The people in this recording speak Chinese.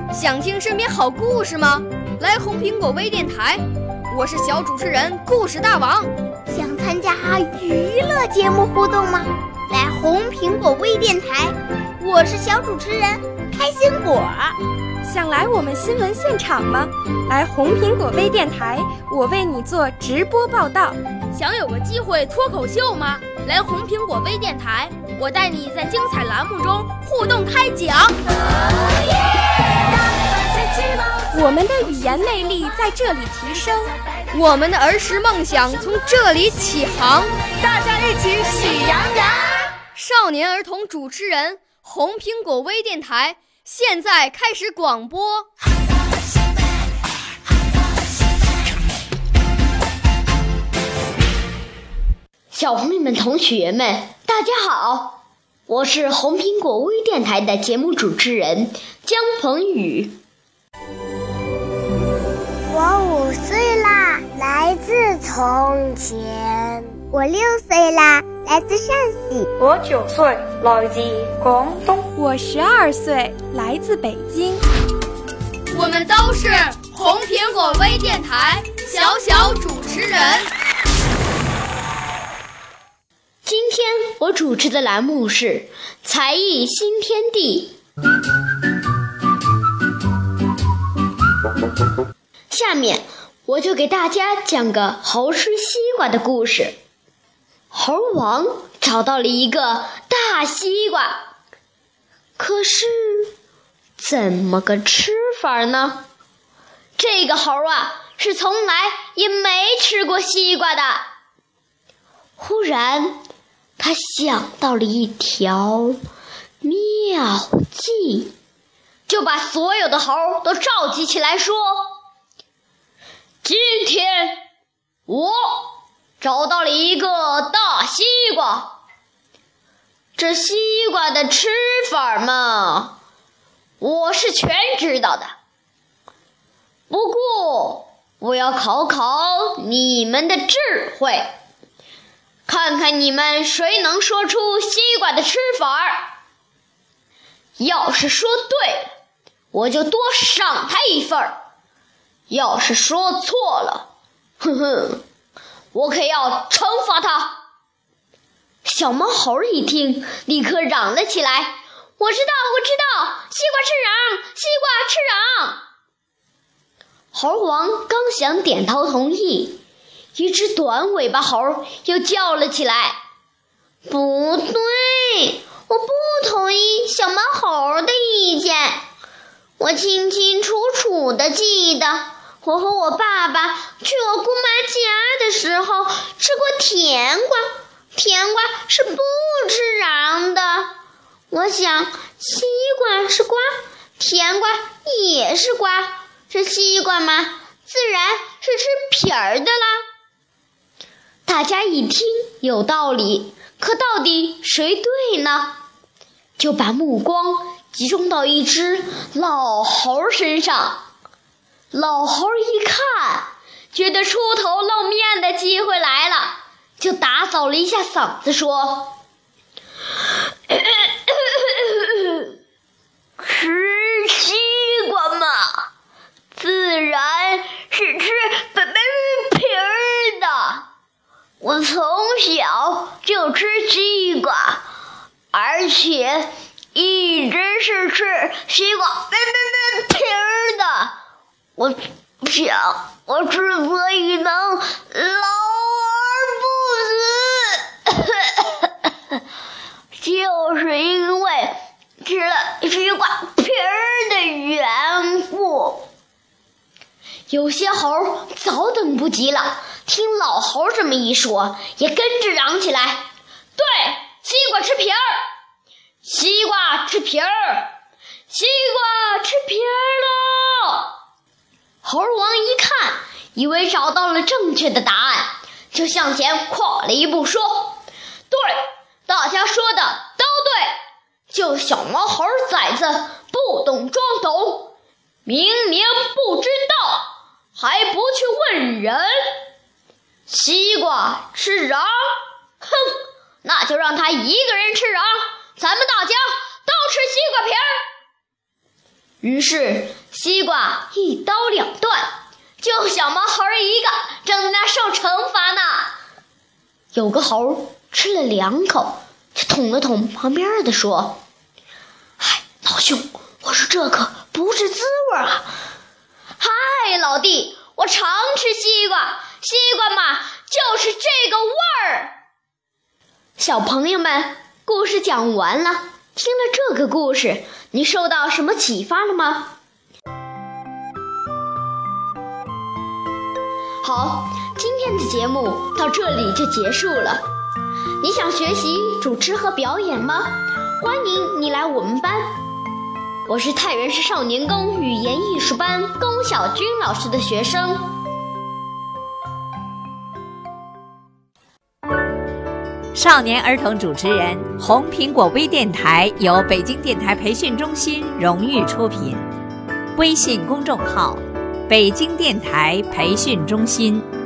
想听身边好故事吗？来红苹果微电台，我是小主持人故事大王。 想参加娱乐节目互动吗？来红苹果微电台，我是小主持人开心果。 想来我们新闻现场吗？来红苹果微电台，我为你做直播报道。 想有个机会脱口秀吗？来红苹果微电台，我带你在精彩栏目中互动开讲。 我们的语言魅力在这里提升， 我们的儿时梦想从这里起航。 大家一起喜羊羊。 少年儿童主持人，红苹果微电台现在开始广播。 小朋友们、同学们，大家好，我是红苹果微电台的节目主持人江鹏宇。 我5岁啦，来自从前。我6岁啦，来自陕西。 我9岁，来自广东。 我12岁，来自北京。 我们都是红苹果微电台小主持人。 今天我主持的栏目是才艺新天地。下面我就给大家讲个猴吃西瓜的故事。猴王找到了一个大西瓜，可是怎么个吃法呢？这个猴是从来也没吃过西瓜的。忽然他想到了一条妙计，就把所有的猴都召集起来说：今天我找到了一个大西瓜，这西瓜的吃法嘛，我是全知道的。不过我要考考你们的智慧，看看你们谁能说出西瓜的吃法。要是说对了，我就多赏他一份儿；要是说错了，我可要惩罚他。小毛猴一听，立刻嚷了起来：我知道，西瓜吃瓤，西瓜吃瓤。猴王刚想点头同意，一只短尾巴猴又叫了起来：不对，我不同意小毛猴的意见。我清清楚楚地记得，我和我爸爸去我姑妈家的时候吃过甜瓜，甜瓜是不吃瓤的。我想西瓜是瓜，甜瓜也是瓜，这西瓜嘛，自然是吃皮儿的啦。大家一听有道理，可到底谁对呢？就把目光集中到一只老猴身上。老猴一看，觉得出头露面的机会来了，就打扫了一下嗓子说：吃西瓜嘛，自然是吃皮儿的。我从小就吃西瓜，而且一直是吃西瓜皮儿的。我想，我之所以能老而不死，就是因为吃了西瓜皮儿的缘故。有些猴早等不及了，听老猴这么一说，也跟着嚷起来：对，西瓜吃皮儿，西瓜吃皮儿，西瓜吃皮儿喽！猴王一看，以为找到了正确的答案，就向前跨了一步说：对，大家说的都对，就小毛猴崽子不懂装懂，明明不知道还不去问人。西瓜吃瓤，哼，那就让他一个人吃瓤，咱们大家都吃西瓜皮儿。 于是西瓜一刀两断，就小毛猴一个正在那受惩罚呢。有个猴吃了2口，就捅了捅旁边的说：“嗨，老兄，我说这可不是滋味啊！”“嗨，老弟，我常吃西瓜，西瓜嘛，就是这个味儿。”小朋友们，故事讲完了。听了这个故事，你受到什么启发了吗？好，今天的节目到这里就结束了。你想学习主持和表演吗？欢迎你来我们班。我是太原市少年宫语言艺术班龚小军老师的学生。 少年儿童主持人，红苹果微电台由北京电台培训中心荣誉出品，微信公众号：北京电台培训中心。